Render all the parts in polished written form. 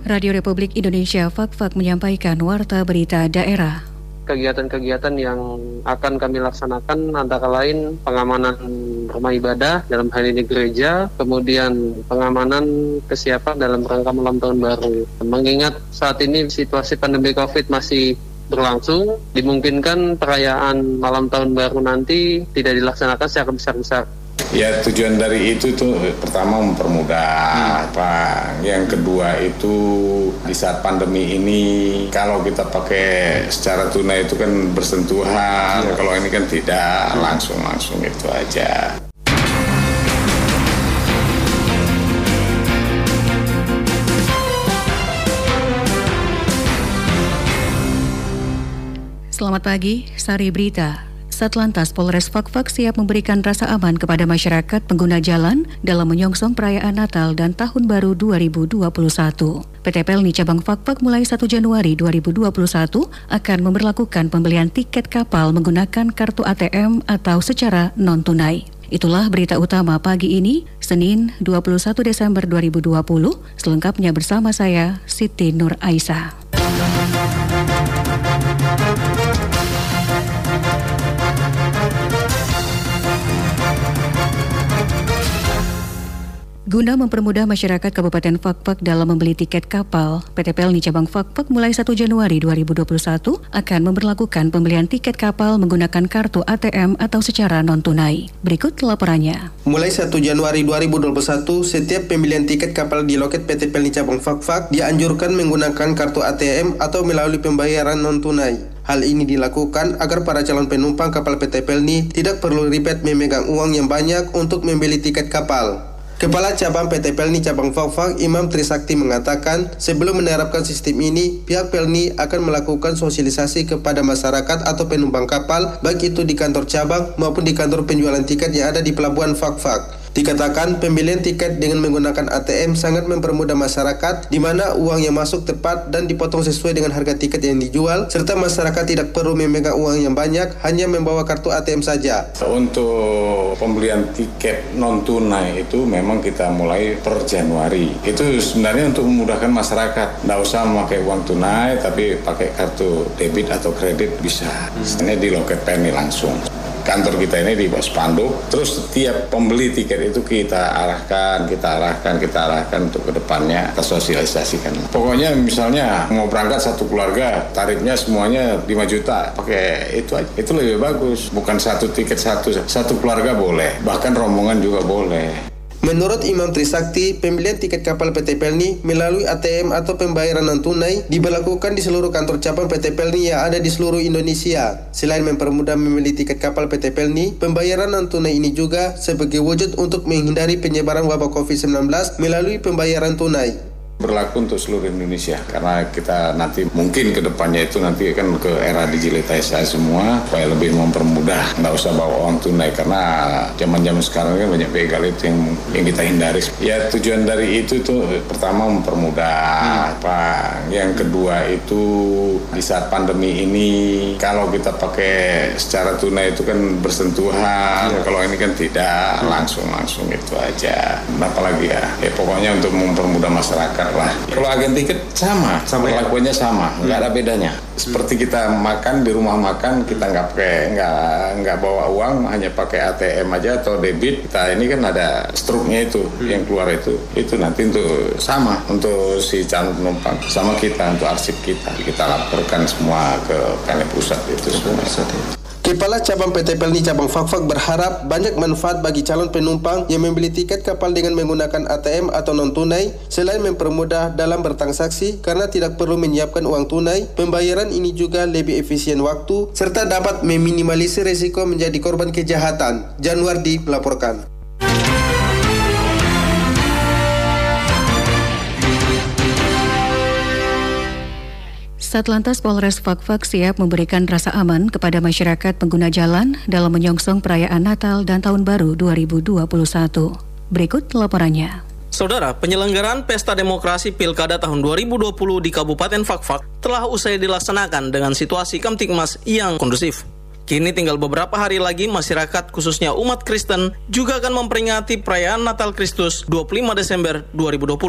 Radio Republik Indonesia Fak-Fak menyampaikan warta berita daerah. Kegiatan-kegiatan yang akan kami laksanakan antara lain pengamanan rumah ibadah, dalam hal ini gereja, kemudian pengamanan kesiapan dalam rangka malam tahun baru. Mengingat saat ini situasi pandemi COVID masih berlangsung, dimungkinkan perayaan malam tahun baru nanti tidak dilaksanakan secara besar-besar. Ya, tujuan dari itu tuh pertama mempermudah, yang kedua itu di saat pandemi ini kalau kita pakai secara tunai itu kan bersentuhan, kalau ini kan tidak, langsung itu aja. Selamat pagi, Sari Berita. Satlantas Polres Fak-Fak siap memberikan rasa aman kepada masyarakat pengguna jalan dalam menyongsong perayaan Natal dan Tahun Baru 2021. PT Pelni Cabang Fak-Fak mulai 1 Januari 2021 akan memberlakukan pembelian tiket kapal menggunakan kartu ATM atau secara non-tunai. Itulah berita utama pagi ini, Senin 21 Desember 2020. Selengkapnya bersama saya, Siti Nur Aisyah. Guna mempermudah masyarakat Kabupaten Fak-Fak dalam membeli tiket kapal, PT Pelni Cabang Fak-Fak mulai 1 Januari 2021 akan memberlakukan pembelian tiket kapal menggunakan kartu ATM atau secara non-tunai. Berikut laporannya. Mulai 1 Januari 2021, setiap pembelian tiket kapal di loket PT Pelni Cabang Fak-Fak dianjurkan menggunakan kartu ATM atau melalui pembayaran non-tunai. Hal ini dilakukan agar para calon penumpang kapal PT Pelni tidak perlu ribet memegang uang yang banyak untuk membeli tiket kapal. Kepala Cabang PT Pelni Cabang Fak-Fak, Imam Trisakti mengatakan, sebelum menerapkan sistem ini, pihak Pelni akan melakukan sosialisasi kepada masyarakat atau penumpang kapal, baik itu di kantor cabang maupun di kantor penjualan tiket yang ada di Pelabuhan Fak-Fak. Dikatakan pembelian tiket dengan menggunakan ATM sangat mempermudah masyarakat, di mana uang yang masuk tepat dan dipotong sesuai dengan harga tiket yang dijual, serta masyarakat tidak perlu memegang uang yang banyak, hanya membawa kartu ATM saja. Untuk pembelian tiket non-tunai itu memang kita mulai per Januari. Itu sebenarnya untuk memudahkan masyarakat. Nggak usah memakai uang tunai, tapi pakai kartu debit atau kredit bisa. Ini di loket Pelni langsung. Kantor kita ini di bawah spanduk, terus setiap pembeli tiket itu kita arahkan untuk kedepannya kita sosialisasikan. Pokoknya misalnya mau berangkat satu keluarga, tarifnya semuanya 5 juta, pakai itu aja. Itu lebih bagus, bukan satu tiket satu keluarga boleh, bahkan rombongan juga boleh. Menurut Imam Trisakti, pembelian tiket kapal PT Pelni melalui ATM atau pembayaran non-tunai diberlakukan di seluruh kantor cabang PT Pelni yang ada di seluruh Indonesia. Selain mempermudah membeli tiket kapal PT Pelni, pembayaran non-tunai ini juga sebagai wujud untuk menghindari penyebaran wabah COVID-19 melalui pembayaran tunai. Berlaku untuk seluruh Indonesia, karena kita nanti mungkin ke depannya itu nanti kan ke era digitalisasi semua, supaya lebih mempermudah, nggak usah bawa uang tunai, karena zaman-zaman sekarang kan banyak begal itu yang kita hindari. Ya, tujuan dari itu tuh pertama mempermudah, yang kedua itu di saat pandemi ini kalau kita pakai secara tunai itu kan bersentuhan, kalau ini kan tidak, langsung itu aja. Apalagi ya pokoknya untuk mempermudah masyarakat lah. Kalau agen tiket sama perlakuannya sama, nggak ada bedanya. Seperti kita makan di rumah makan, kita nggak bawa uang, hanya pakai ATM aja atau debit. Kita ini kan ada struknya itu, yang keluar itu nanti untuk sama untuk si calon penumpang sama kita untuk arsip kita laporkan semua ke Pelni Pusat itu semua. Kepala Cabang PT Pelni Cabang Fak-Fak berharap banyak manfaat bagi calon penumpang yang membeli tiket kapal dengan menggunakan ATM atau non-tunai, selain mempermudah dalam bertransaksi karena tidak perlu menyiapkan uang tunai. Pembayaran ini juga lebih efisien waktu serta dapat meminimalisir risiko menjadi korban kejahatan. Januardi melaporkan. Satlantas Polres Fak-Fak siap memberikan rasa aman kepada masyarakat pengguna jalan dalam menyongsong perayaan Natal dan Tahun Baru 2021. Berikut laporannya. Saudara, penyelenggaraan Pesta Demokrasi Pilkada tahun 2020 di Kabupaten Fak-Fak telah usai dilaksanakan dengan situasi Kamtibmas yang kondusif. Kini tinggal beberapa hari lagi masyarakat khususnya umat Kristen juga akan memperingati perayaan Natal Kristus 25 Desember 2020.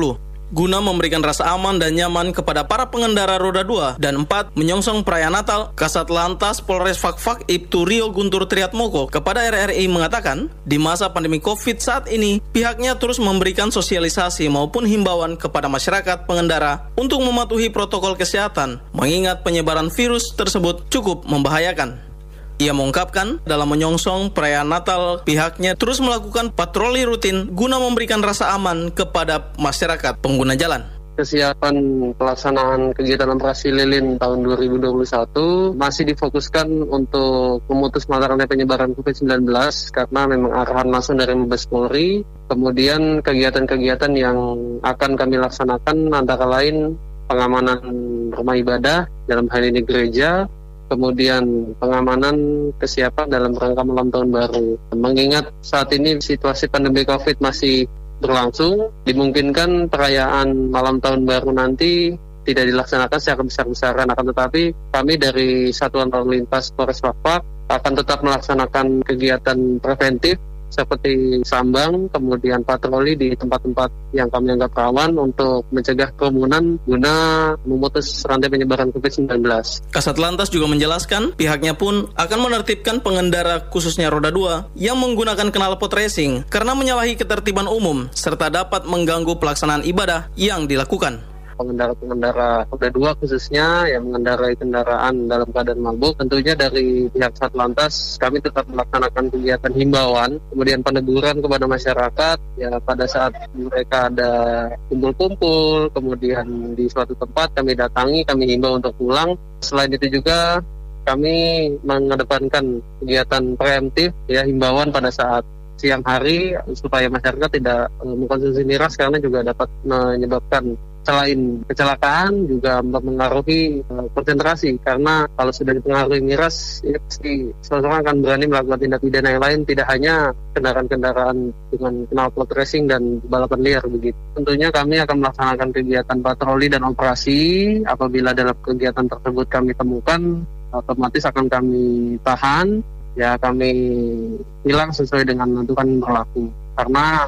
Guna memberikan rasa aman dan nyaman kepada para pengendara roda 2 dan 4 menyongsong perayaan Natal, Kasat Lantas Polres Fakfak Ibtu Rio Guntur Triatmoko kepada RRI mengatakan, di masa pandemi COVID saat ini, pihaknya terus memberikan sosialisasi maupun himbauan kepada masyarakat pengendara untuk mematuhi protokol kesehatan, mengingat penyebaran virus tersebut cukup membahayakan. Ia mengungkapkan, dalam menyongsong perayaan Natal, pihaknya terus melakukan patroli rutin guna memberikan rasa aman kepada masyarakat pengguna jalan. Kesiapan pelaksanaan kegiatan operasi lilin tahun 2021 masih difokuskan untuk memutus mata rantai penyebaran COVID-19 karena memang arahan langsung dari Mabes Polri. Kemudian kegiatan-kegiatan yang akan kami laksanakan antara lain pengamanan rumah ibadah, dalam hal ini gereja, kemudian pengamanan kesiapan dalam rangka malam tahun baru. Mengingat saat ini situasi pandemi COVID masih berlangsung, dimungkinkan perayaan malam tahun baru nanti tidak dilaksanakan secara besar-besaran, akan tetapi kami dari Satuan Lalu Lintas Polres Fakfak akan tetap melaksanakan kegiatan preventif seperti sambang, kemudian patroli di tempat-tempat yang kami anggap rawan untuk mencegah kerumunan guna memutus rantai penyebaran COVID-19. Kasat Lantas juga menjelaskan pihaknya pun akan menertibkan pengendara khususnya roda 2 yang menggunakan knalpot racing karena menyalahi ketertiban umum serta dapat mengganggu pelaksanaan ibadah yang dilakukan. Pengendara-pengendara roda 2 khususnya yang mengendarai kendaraan dalam keadaan mabuk, tentunya dari pihak Satlantas kami tetap melaksanakan kegiatan himbauan, kemudian peneguran kepada masyarakat ya pada saat mereka ada kumpul-kumpul, kemudian di suatu tempat kami datangi, kami himbau untuk pulang. Selain itu juga kami mengedepankan kegiatan preemptif ya, himbauan pada saat siang hari supaya masyarakat tidak mengkonsumsi miras karena juga dapat menyebabkan selain kecelakaan juga mempengaruhi konsentrasi, karena kalau sudah dipengaruhi miras ini pasti seseorang akan berani melakukan tindak pidana yang lain, tidak hanya kendaraan-kendaraan dengan knalpot racing dan balapan liar begitu. Tentunya kami akan melaksanakan kegiatan patroli dan operasi. Apabila dalam kegiatan tersebut kami temukan, otomatis akan kami tahan, ya kami hilang sesuai dengan aturan berlaku, karena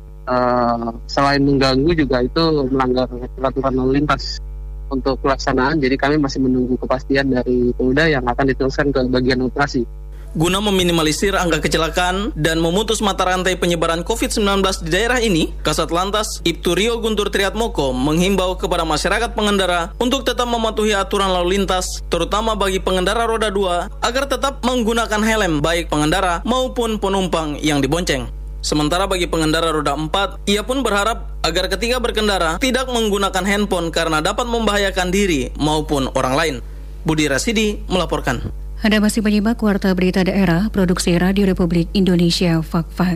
selain mengganggu juga itu melanggar peraturan lalu lintas untuk pelaksanaan. Jadi kami masih menunggu kepastian dari Polda yang akan diteruskan ke bagian operasi. Guna meminimalisir angka kecelakaan dan memutus mata rantai penyebaran COVID-19 di daerah ini, Kasat Lantas Ibtu Rio Guntur Triatmoko menghimbau kepada masyarakat pengendara untuk tetap mematuhi aturan lalu lintas, terutama bagi pengendara roda 2, agar tetap menggunakan helm baik pengendara maupun penumpang yang dibonceng. Sementara bagi pengendara roda 4, ia pun berharap agar ketika berkendara tidak menggunakan handphone karena dapat membahayakan diri maupun orang lain. Budi Rasidi melaporkan. Anda masih menyimak Warta Berita Daerah, Produksi Radio Republik Indonesia, Fakfak.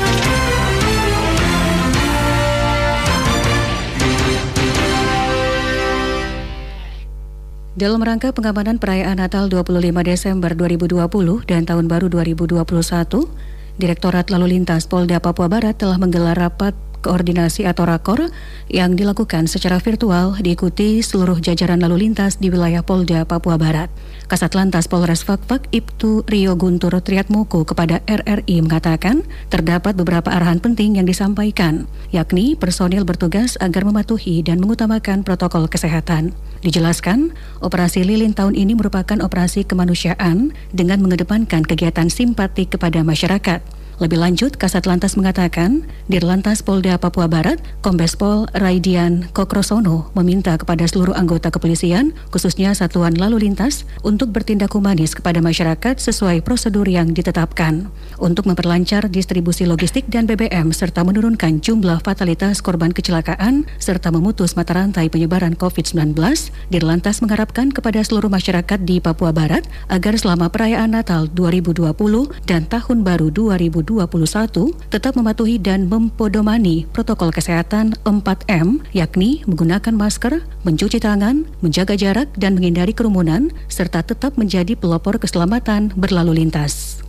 Dalam rangka pengamanan perayaan Natal 25 Desember 2020 dan Tahun Baru 2021, Direktorat Lalu Lintas Polda Papua Barat telah menggelar rapat koordinasi atau rakor yang dilakukan secara virtual diikuti seluruh jajaran lalu lintas di wilayah Polda Papua Barat. Kasat Lantas Polres Fakfak Ibtu Rio Guntur Triatmoko kepada RRI mengatakan terdapat beberapa arahan penting yang disampaikan, yakni personil bertugas agar mematuhi dan mengutamakan protokol kesehatan. Dijelaskan, operasi lilin tahun ini merupakan operasi kemanusiaan dengan mengedepankan kegiatan simpati kepada masyarakat. Lebih lanjut, Kasat Lantas mengatakan, Dirlantas Polda Papua Barat, Kombes Pol Raidian Kokrosono meminta kepada seluruh anggota kepolisian, khususnya Satuan Lalu Lintas, untuk bertindak humanis kepada masyarakat sesuai prosedur yang ditetapkan. Untuk memperlancar distribusi logistik dan BBM, serta menurunkan jumlah fatalitas korban kecelakaan, serta memutus mata rantai penyebaran COVID-19, Dirlantas mengharapkan kepada seluruh masyarakat di Papua Barat agar selama perayaan Natal 2020 dan Tahun Baru 2021 tetap mematuhi dan mempedomani protokol kesehatan 4M, yakni menggunakan masker, mencuci tangan, menjaga jarak, dan menghindari kerumunan, serta tetap menjadi pelopor keselamatan berlalu lintas.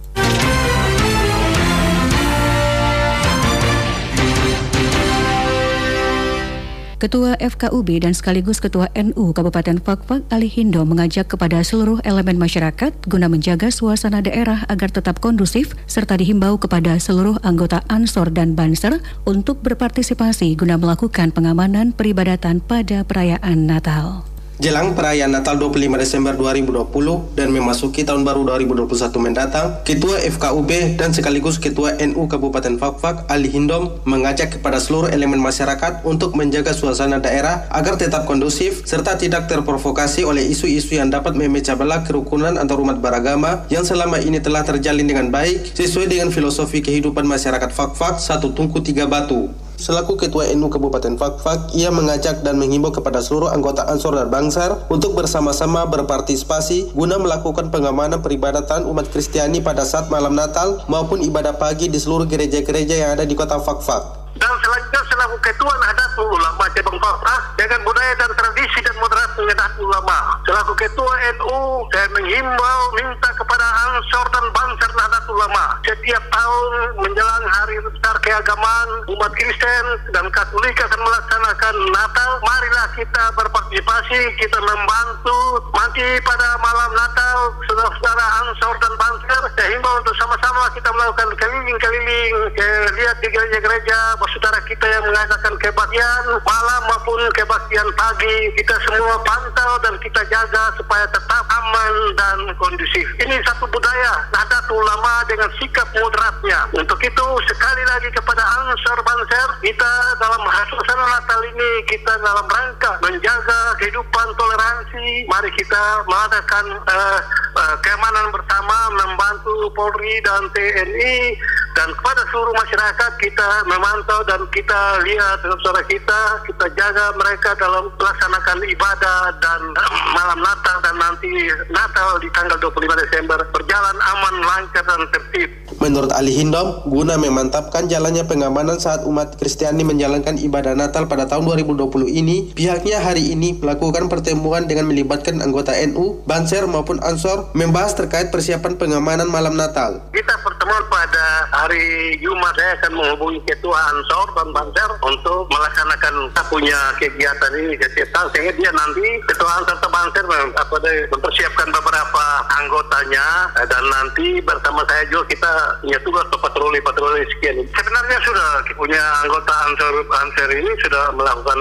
Ketua FKUB dan sekaligus Ketua NU Kabupaten Fakfak Ali Hindo mengajak kepada seluruh elemen masyarakat guna menjaga suasana daerah agar tetap kondusif serta dihimbau kepada seluruh anggota Ansor dan Banser untuk berpartisipasi guna melakukan pengamanan peribadatan pada perayaan Natal. Jelang perayaan Natal 25 Desember 2020 dan memasuki tahun baru 2021 mendatang, Ketua FKUB dan sekaligus Ketua NU Kabupaten Fakfak Ali Hindom mengajak kepada seluruh elemen masyarakat untuk menjaga suasana daerah agar tetap kondusif serta tidak terprovokasi oleh isu-isu yang dapat memecah belah kerukunan antar umat beragama yang selama ini telah terjalin dengan baik sesuai dengan filosofi kehidupan masyarakat Fakfak satu tungku tiga batu. Selaku Ketua NU Kabupaten Fakfak, ia mengajak dan menghimbau kepada seluruh anggota Ansor dan Bangsar untuk bersama-sama berpartisipasi guna melakukan pengamanan peribadatan umat Kristiani pada saat malam Natal maupun ibadah pagi di seluruh gereja-gereja yang ada di kota Fakfak. Dan selanjutnya selaku Ketua Nahdlatul Ulama Cabang Fakfak dengan budaya dan tradisi dan moderasi Nahdlatul Ulama, selaku Ketua NU saya menghimbau minta kepada Ansor dan Bangsar Nahdlatul Ulama setiap tahun menjelang hari besar keagamaan umat Kristen dan Katolik akan melaksanakan Natal. Marilah kita berpartisipasi, kita membantu nanti pada malam Natal saudara-saudara Ansor dan Bangsar. Saya himbau untuk sama-sama kita melakukan keliling-keliling lihat di gereja-gereja saudara kita yang mengadakan kebaktian malam maupun kebaktian pagi. Kita semua pantau dan kita jaga supaya tetap aman dan kondusif. Ini satu budaya Nahdlatul Ulama dengan sikap moderatnya. Untuk itu sekali lagi kepada Ansor Banser, kita dalam suasana Natal ini kita dalam rangka menjaga kehidupan toleransi. Mari kita mengadakan keamanan bersama, membantu Polri dan TNI, dan kepada seluruh masyarakat kita memantau dan kita lihat saudara kita jaga mereka dalam melaksanakan ibadah dan malam Natal dan nanti Natal di tanggal 25 Desember berjalan aman, lancar dan tertib. Menurut Ali Hindom, guna memantapkan jalannya pengamanan saat umat Kristiani menjalankan ibadah Natal pada tahun 2020 ini, pihaknya hari ini melakukan pertemuan dengan melibatkan anggota NU, Banser maupun Ansor membahas terkait persiapan pengamanan malam Natal. Kita pertemuan pada hari Jumat, saya akan menghubungi Ketua Ansor dan Banser untuk melaksanakan kita punya kegiatan ini setiap tahun, sehingga dia nanti Ketua Ansor dan Banser mempersiapkan beberapa anggotanya dan nanti bersama saya juga kita punya tugas untuk patroli sekian. Sebenarnya sudah punya anggota Ansor ini sudah melakukan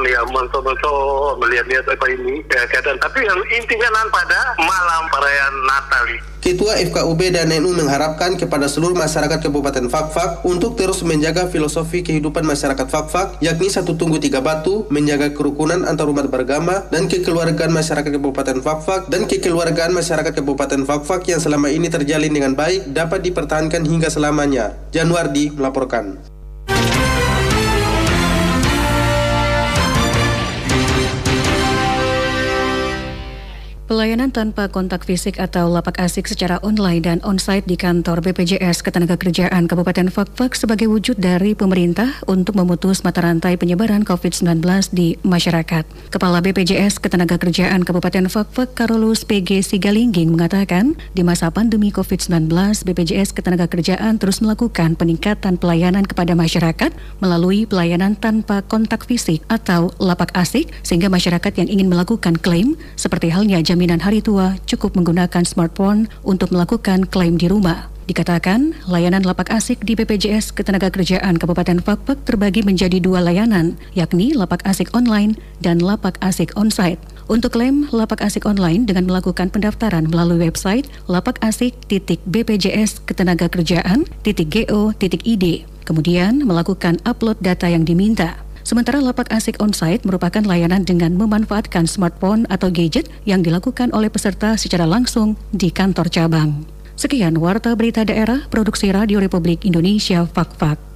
mencoba melihat apa ini keadaan, tapi yang intinya pada malam perayaan Natal. Ketua FKUB dan NU mengharapkan kepada seluruh masyarakat Kabupaten Fakfak untuk terus menjaga filosofi kehidupan masyarakat Fakfak, yakni satu tunggu tiga batu, menjaga kerukunan antar umat beragama dan kekeluargaan masyarakat Kabupaten Fakfak dan kekeluargaan masyarakat Kabupaten Fakfak yang selama ini terjalin dengan baik dapat dipertahankan hingga selamanya. Januardi melaporkan. Pelayanan tanpa kontak fisik atau lapak asik secara online dan onsite di kantor BPJS Ketenagakerjaan Kabupaten Fakfak sebagai wujud dari pemerintah untuk memutus mata rantai penyebaran COVID-19 di masyarakat. Kepala BPJS Ketenagakerjaan Kabupaten Fakfak Karolus PG Sigalingging mengatakan, di masa pandemi COVID-19, BPJS Ketenagakerjaan terus melakukan peningkatan pelayanan kepada masyarakat melalui pelayanan tanpa kontak fisik atau lapak asik, sehingga masyarakat yang ingin melakukan klaim seperti halnya jaminan hari tua cukup menggunakan smartphone untuk melakukan klaim di rumah. Dikatakan, layanan lapak asik di BPJS Ketenagakerjaan Kabupaten Fakfak terbagi menjadi dua layanan, yakni lapak asik online dan lapak asik onsite. Untuk klaim lapak asik online dengan melakukan pendaftaran melalui website lapakasik.bpjs-ketenagakerjaan.go.id, kemudian melakukan upload data yang diminta. Sementara lapak asik onsite merupakan layanan dengan memanfaatkan smartphone atau gadget yang dilakukan oleh peserta secara langsung di kantor cabang. Sekian Warta Berita Daerah, Produksi Radio Republik Indonesia Fakfak.